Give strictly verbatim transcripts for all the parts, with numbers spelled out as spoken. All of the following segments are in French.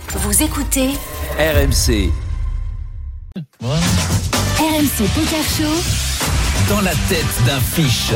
Vous écoutez R M C. Voilà. R M C Poker Show. Dans la tête d'un fiche.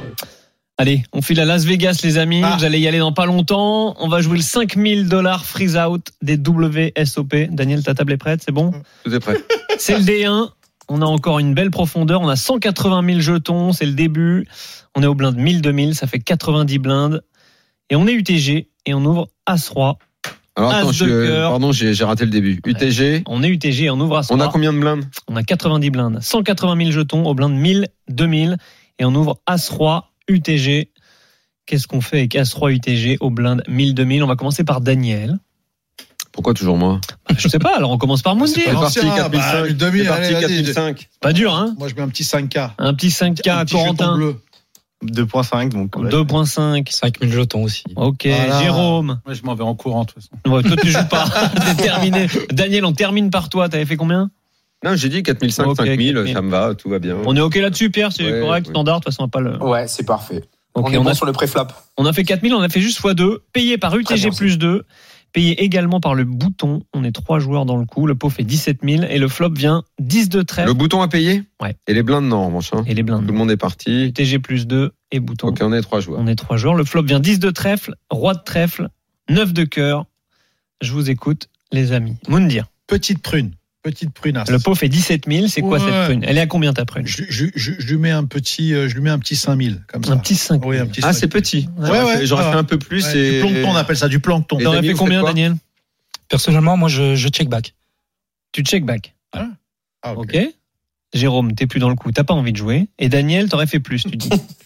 Allez, on file à Las Vegas, les amis. Ah. Vous allez y aller dans pas longtemps. On va jouer le cinq mille dollars freeze out des W S O P. Daniel, ta table est prête, c'est bon ? Tout est prêt. C'est le D un. On a encore une belle profondeur. On a cent quatre-vingt mille jetons. C'est le début. On est au blind mille, deux mille. Ça fait quatre-vingt-dix blindes. Et on est U T G. Et on ouvre As-Roi. Alors attends, As je, de euh, cœur. pardon, j'ai, j'ai raté le début. U T G. On est U T G et on ouvre As-Roi. On a combien de blindes ? On a quatre-vingt-dix blindes. cent quatre-vingt mille jetons au blind mille, deux mille. Et on ouvre As-Roi U T G. Qu'est-ce qu'on fait avec As-Roi U T G au blind mille, deux mille ? On va commencer par Daniel. Pourquoi toujours moi ? Bah, je sais pas, alors on commence par Moundir. C'est parti, Ancien, quatre mille cinq. bah, le demi, C'est parti, allez, vas-y. quatre mille cinq. Pas dur, hein ? Moi, je mets un petit cinq K. Un petit cinq K Un à petit jeton Corentin. bleu. deux virgule cinq donc ouais. deux virgule cinq. cinq mille jetons aussi. Ok, Voilà. Jérôme. Moi, je m'en vais en courant, de toute façon. Ouais, toi, tu joues pas. T'es terminé. Daniel, on termine par toi. T'avais fait combien ? Non, j'ai dit quatre mille cinq, Ok, cinq mille, quatre mille. ça me va, tout va bien. On est ok là-dessus, Pierre, c'est Ouais, correct, ouais. standard, de toute façon, on va pas le. Ouais, c'est parfait. Ok, on est on bon a, sur le préflap. on a fait quatre mille, on a fait juste fois deux. Payé par U T G Très bien, plus deux. Payé également par le bouton. On est trois joueurs dans le coup. Le pot fait dix-sept mille et le flop vient dix de trèfle. Le bouton à payer ? Ouais. Et les blindes, non, en revanche. Hein. Et les blindes. Tout le monde est parti. U T G plus deux et bouton. Ok, on est trois joueurs. On est trois joueurs. Le flop vient dix de trèfle, roi de trèfle, neuf de cœur. Je vous écoute, les amis. Moundir. Petite prune. Petite prunasse. Le pot fait dix-sept mille. C'est quoi Ouais. cette prune ? Elle est à combien ta prune ? Je, je, je, je lui mets un petit, euh, je lui mets un petit cinq mille, comme ça. Un petit cinq. Oui, un petit Ah, cinq c'est mille. petit. Ouais, J'aurais ouais, fait, j'aurais ouais. fait un peu plus. Ouais, et... Du plancton, on appelle ça du plancton. Et T'aurais Daniel, fait vous combien, faites quoi ? Daniel ? Personnellement, moi, je, je check back. Tu check back. Ah, Ok. Jérôme, t'es plus dans le coup. T'as pas envie de jouer. Et Daniel, t'aurais fait plus, tu dis.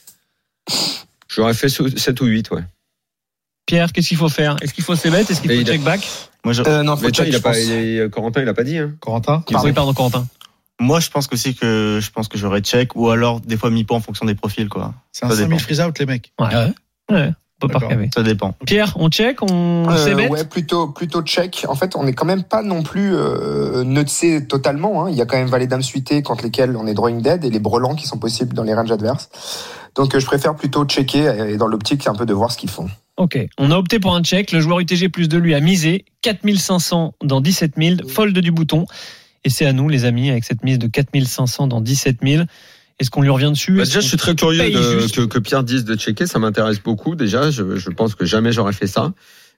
J'aurais fait sept ou huit, ouais. Pierre, qu'est-ce qu'il faut faire ? Est-ce qu'il faut se mettre ? Est-ce qu'il Et faut il a- check back ? Moi, je, Euh, non, faut Mais tiens, check, il a je pas, pense. il est- Corentin, il a pas dit, hein. Corentin. Oui, pardon, Corentin. moi, je pense aussi que je pense que j'aurais check ou alors des fois mi-pot en fonction des profils, quoi. C'est un Ça cinq mille dépend. freeze out, les mecs. Ouais. Ouais. On peut pas D'accord. recaver. Ça dépend. Pierre, on check, on Euh, sait bet ? ouais, plutôt, plutôt check. En fait, on n'est quand même pas non plus euh, nutsé totalement. Hein. Il y a quand même valet dame suité contre lesquels on est drawing dead et les brelans qui sont possibles dans les ranges adverses. Donc, euh, je préfère plutôt checker et dans l'optique un peu de voir ce qu'ils font. Ok, on a opté pour un check. Le joueur U T G plus de lui a misé quatre mille cinq cents dans dix-sept mille, fold du bouton. Et c'est à nous, les amis, avec cette mise de quatre mille cinq cents dans dix-sept mille. Est-ce qu'on lui revient dessus ? Bah, Est-ce déjà, qu'on je suis très curieux paye de, juste que, que Pierre dise de checker. Ça m'intéresse beaucoup. Déjà, je, je pense que jamais j'aurais fait ça.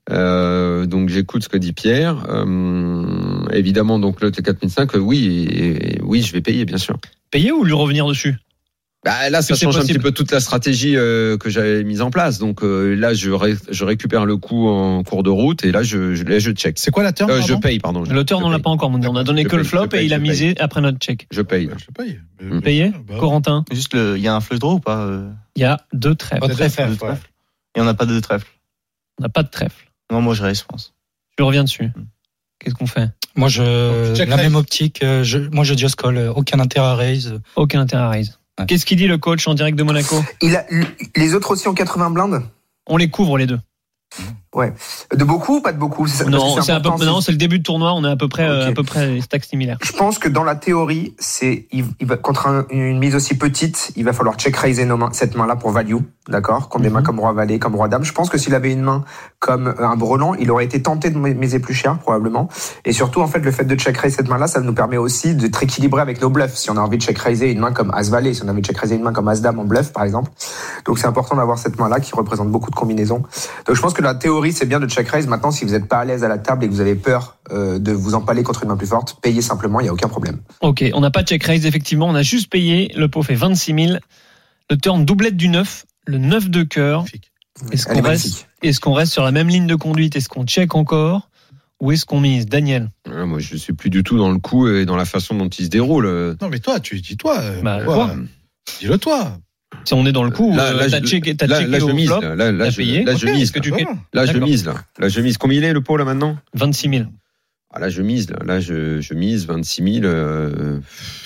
Euh, donc, j'écoute ce que dit Pierre. Euh, évidemment, donc là, t'es quatre mille cinq. Oui, et, et, oui, je vais payer, bien sûr. payer ou lui revenir dessus ? Bah, là, ça c'est change un possible. petit peu toute la stratégie euh, que j'avais mise en place. Donc euh, là, je, ré, je récupère le coup en cours de route et là, je, je, là, je check. C'est quoi la turn, Euh, je pardon paye, pardon. Le turn, Je on l'a paye. pas encore, on a donné Je que le paye, flop je paye, et il a je paye. misé après notre check. Je paye. Je paye. Payé Bah, Corentin, Juste, le, il y a un flush draw ou pas euh il y a deux trèfles. Pas de trèfle, Deux ouais. trèfles. Et on n'a pas de trèfle. On n'a pas de trèfle. Non, moi, je raise, je pense. Tu reviens dessus. Qu'est-ce qu'on fait ? Moi, je, Check la raise. même optique, euh, je, moi, je just call, euh, aucun intérêt à raise. Aucun intérêt à raise. Ouais. Qu'est-ce qu'il dit le coach en direct de Monaco ? Il a, les autres aussi ont quatre-vingts blindes. On les couvre les deux. Ouais. De beaucoup ou pas de beaucoup c'est, Non, parce que c'est un peu, important, non, c'est- c'est le début de tournoi. On est à peu près, euh, Ok. à peu près les stacks similaires. Je pense que dans la théorie, c'est il, il va contre un- une mise aussi petite, il va falloir check raiser nos mains, cette main-là pour value, d'accord, contre des mains comme roi valet, comme roi dame. Je pense que s'il avait une main comme un brelan, il aurait été tenté de miser plus cher probablement. Et surtout, en fait, le fait de check raise cette main-là, ça nous permet aussi d'être équilibré avec nos bluffs. Si on a envie de check raiser une main comme as valet, si on a envie de check raiser une main comme as dame en bluff, par exemple. Donc c'est important d'avoir cette main-là qui représente beaucoup de combinaisons. Donc je pense que la théorie, c'est bien de check raise. Maintenant, si vous n'êtes pas à l'aise à la table et que vous avez peur euh, de vous empaler contre une main plus forte, payez simplement, il n'y a aucun problème. Ok, on n'a pas de check raise, effectivement. On a juste payé. Le pot fait vingt-six mille. Le turn doublette du neuf. Le neuf de cœur. Magnifique. Est-ce Elle qu'on est reste, magnifique. est-ce qu'on reste sur la même ligne de conduite ? Est-ce qu'on check encore ? Ou est-ce qu'on mise ? Daniel ? Ah, moi, je suis plus du tout dans le coup et dans la façon dont il se déroule. Non, mais toi, tu dis toi. euh, Bah, toi, quoi Dis-le toi. Si on est dans le coup, Là, euh, là, t'as je- checké, t'as là, checké là, je au mise. flop, Là, là, là, t'as je, payé. là, je Ok, mise. est-ce que tu Voilà. fais Là, je D'accord. mise. Là, là, je mise. Combien il est le pot là maintenant ? vingt-six mille. Ah, là, je mise. Là, là je, je mise vingt-six mille. Euh...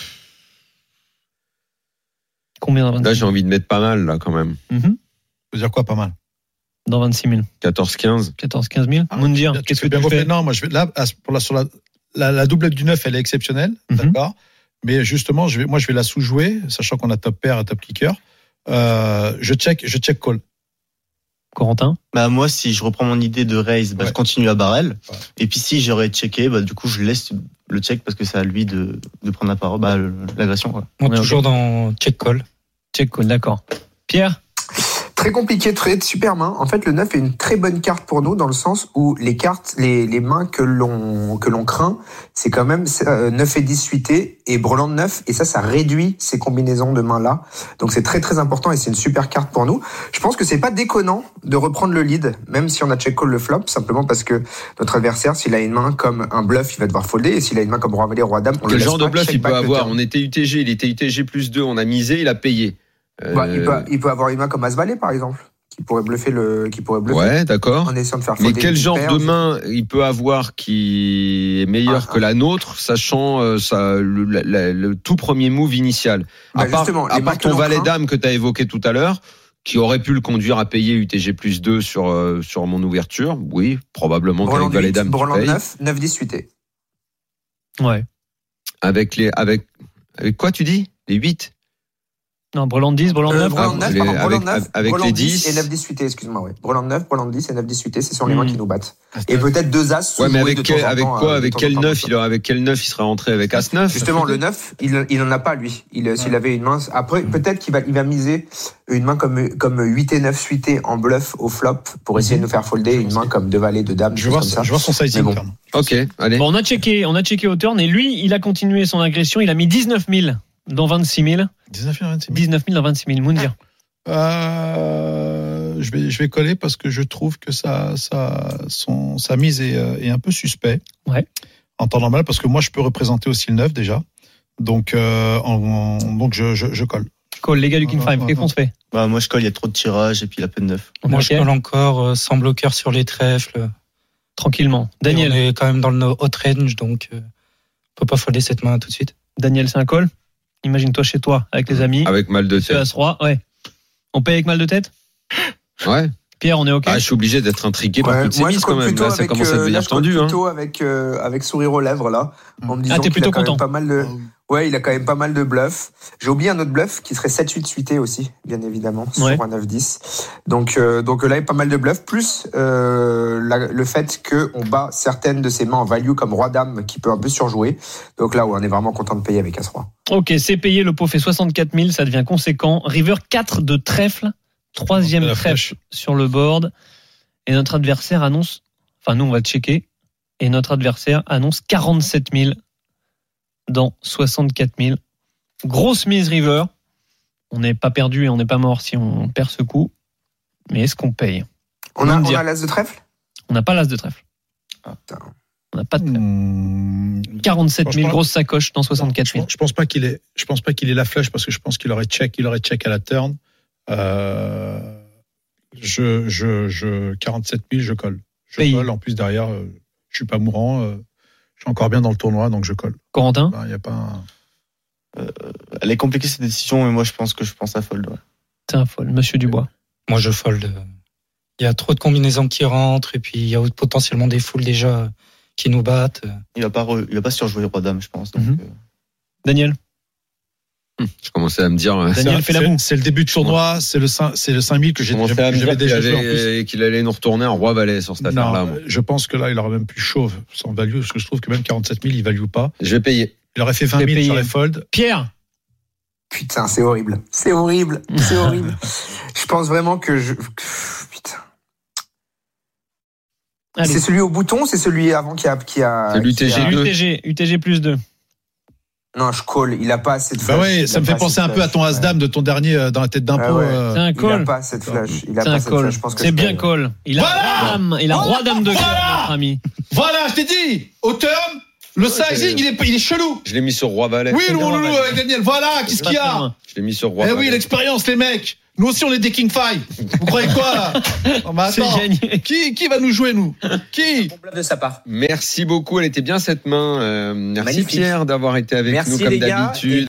Combien dans vingt-six Là, mille j'ai envie de mettre pas mal là quand même. Mhm. Ça veut dire quoi, pas mal? Dans vingt-six mille. quatorze quinze. quatorze quinze mille. Ah, Moundir, tu qu'est-ce que fais bien tu refait. fais ? Non, moi, je vais là, à ce- pour la, sur la, la, la doublette du neuf, elle est exceptionnelle, Mhm. d'accord. Mais justement, je vais, moi, je vais la sous-jouer, sachant qu'on a top pair et top kicker. Euh, je check, je check call. Corentin? Bah, moi, si je reprends mon idée de raise, bah, Ouais. je continue à barrel. Ouais. Et puis, si j'aurais checké, bah, du coup, je laisse le check parce que c'est à lui de, de prendre la parole, bah, le- l'agression, quoi. Moi, Ouais, toujours ok. dans check call. Check call, d'accord. Pierre? Très compliqué de trade, super main. En fait, le neuf est une très bonne carte pour nous dans le sens où les cartes, les, les mains que l'on que l'on craint, c'est quand même euh, neuf et dix suités et brelan de neuf, et ça, ça réduit ces combinaisons de mains-là. Donc c'est très très important et c'est une super carte pour nous. Je pense que c'est pas déconnant de reprendre le lead, même si on a check call le flop, simplement parce que notre adversaire, s'il a une main comme un bluff, il va devoir folder, et s'il a une main comme roi valet, roi dame, on le Quel laisse genre de pas bluff check il peut back le avoir? turn. On était U T G, il était U T G plus deux, on a misé, il a payé. Euh, Bah, il, peut, il peut avoir une main comme as valet, par exemple, qui pourrait bluffer le, qui pourrait bluffer Ouais, d'accord. en essayant de faire Mais folder quel une genre paire. de main il peut avoir qui est meilleur Ah, que la nôtre, sachant euh, ça, le, la- la- le tout premier move initial. Bah, à part, justement, à les part mains que ton l'on valet craint. dame que tu as évoqué tout à l'heure, qui aurait pu le conduire à payer U T G plus deux sur, euh, sur mon ouverture, oui, probablement Brelan qu'avec de valet huit, dame tu brelan de payes. neuf, neuf dix suité. Ouais. Avec, les, avec, avec quoi tu dis? Les huit? Non, brelan de dix, brelan de Euh, neuf. brelan de Ah, neuf, les- pardon, brelan avec- de neuf, avec brelan les de dix dix. et neuf dix suité, excuse-moi, ouais. Brelan de neuf, brelan de dix et neuf dix suité, ce sont les Hmm. mains qui nous battent. Et peut-être deux as. Ouais, mais sous-joués avec, de quel, temps en avec temps, quoi? euh, de Avec temps en quel temps, neuf comme il, avec quel neuf il serait rentré? Avec as neuf? Justement, le neuf, il, il en a pas, lui. Il, s'il avait une main, après, peut-être qu'il va, il va miser une main comme, comme huit et neuf suité en bluff au flop pour essayer de nous faire folder une main comme deux valets, deux dames, Je choses vois, comme ça. je vois son sizing. Mais bon. quand même. Ok, allez. Bon, on a checké, on a checké au turn et lui, il a continué son agression. Il a mis dix-neuf mille dans vingt-six mille. dix-neuf vingt-six. dix-neuf mille dans vingt-six mille. Moundir. Euh, je vais, je vais coller parce que je trouve que ça, ça, son, sa mise est, euh, est un peu suspect. Ouais. En temps normal, parce que moi, je peux représenter aussi le neuf déjà. Donc, euh, en, en- donc je, je, je colle. Call, les gars du King Ouais, five. ouais, Qu'est-ce qu'on se fait? Bah, moi, je colle, il y a trop de tirages et puis il a peine neuf. On Moi, est je ok colle encore euh, sans bloqueur sur les trèfles. Tranquillement. Et Daniel. on est quand même dans le hot range, donc euh, on peut pas folder cette main tout de suite. Daniel, c'est un call. Imagine-toi chez toi avec les amis. Avec mal de C'est tête. as roi. Ouais. On paye avec mal de tête? Ouais. Pierre, on est ok? Ah, je suis obligé d'être intrigué par Ouais, toutes ces moi, je mises colle quand même. plutôt Là, ça avec, commence à euh, devenir là, je colle tendu. Hein. plutôt avec, euh, avec sourire aux lèvres, là. En me disant Ah, t'es qu'il plutôt a quand même content. pas mal de, ouais, il a quand même pas mal de bluffs. J'ai oublié un autre bluff qui serait sept huit suité aussi, bien évidemment, Ouais. sur un neuf dix. Donc, euh, donc là, il y a pas mal de bluffs, plus, euh, la- le fait qu'on bat certaines de ses mains en value comme roi-dame qui peut un peu surjouer. Donc là, ouais, on est vraiment content de payer avec as-roi. Ok, c'est payé. Le pot fait soixante-quatre mille. Ça devient conséquent. River quatre de trèfle. Troisième La trèfle flèche. sur le board. Et notre adversaire annonce, enfin nous on va checker, et notre adversaire annonce quarante-sept mille dans soixante-quatre mille. Grosse mise River. On n'est pas perdu et on n'est pas mort si on perd ce coup. Mais est-ce qu'on paye? On a, me on dire. a l'as de trèfle? On n'a pas l'as de trèfle. Ah, putain. On n'a pas de trèfle. Mmh, quarante-sept mille, franchement, grosse sacoche dans soixante-quatre je, mille. pense- je pense pas qu'il ait, je pense pas qu'il ait la flèche parce que je pense qu'il aurait check, il aurait check à la turn. Euh, je, je, je, quarante-sept mille, je colle. Je Payé. colle. En plus derrière, euh, je suis pas mourant. euh, je suis encore bien dans le tournoi, donc je colle. Corentin? Il y a pas. Un... Elle est compliquée cette décision, mais moi, je pense que je pense à fold. Ouais. C'est un folle, Monsieur Dubois. Moi, je fold. Il y a trop de combinaisons qui rentrent et puis il y a potentiellement des foules déjà qui nous battent. Il va pas, re- il va pas surjouer roi-dame, je pense. Donc, Mhm. euh, Daniel? Je commençais à me dire. euh, Daniel C'est- fait la c'est- boue. C'est le début de tournoi, c'est le cinq, c'est le cinq mille que Je j'ai commençais j'avais- à me j'avais dire qu'il déjà joué en plus. allait, qu'il allait nous retourner en roi valet sur cette affaire-là. Non, moi. je pense que là, il aurait même plus chauve sans value, parce que je trouve que même quarante-sept mille, il value pas. Je vais payer. Il aurait fait vingt Fait mille sur payer. les fold. Pierre? Putain, c'est horrible. C'est horrible. C'est horrible. Je pense vraiment que je, putain. Allez. C'est celui au bouton, c'est celui avant qui a, qui a. C'est l'U T G qui a- deux. U T G, U T G plus deux. Non, je call. Il a pas assez de Bah flash. ouais, Il a ça me pas fait assez penser de un peu à flash. ton Ouais. As-Dame de ton dernier euh, dans la tête d'impôt. Ah ouais. euh, C'est un Il a call. pas cette flash. Il a C'est pas un cette call. flash. Je pense que C'est je bien paye. call. Il a Voilà. roi dame. Il a Voilà. roi dame de cœur, Voilà. notre ami. Voilà, je t'ai dit, au turn, le sizing, il est, il est chelou. Je l'ai mis sur roi valet. Oui, C'est le bien, loulou Valet. avec Daniel, voilà, qu'est-ce qu'il y Pas très a? loin. Je l'ai mis sur roi Eh valet. oui, l'expérience, les mecs. Nous aussi, on est des King Five. Vous croyez quoi, là? Non, mais C'est attends. gagné. Qui, qui va nous jouer, nous? Qui? Bon bluff de sa part. Merci beaucoup. Elle était bien cette main. Euh, merci Magnifique. Pierre d'avoir été avec Merci, nous comme les gars. d'habitude.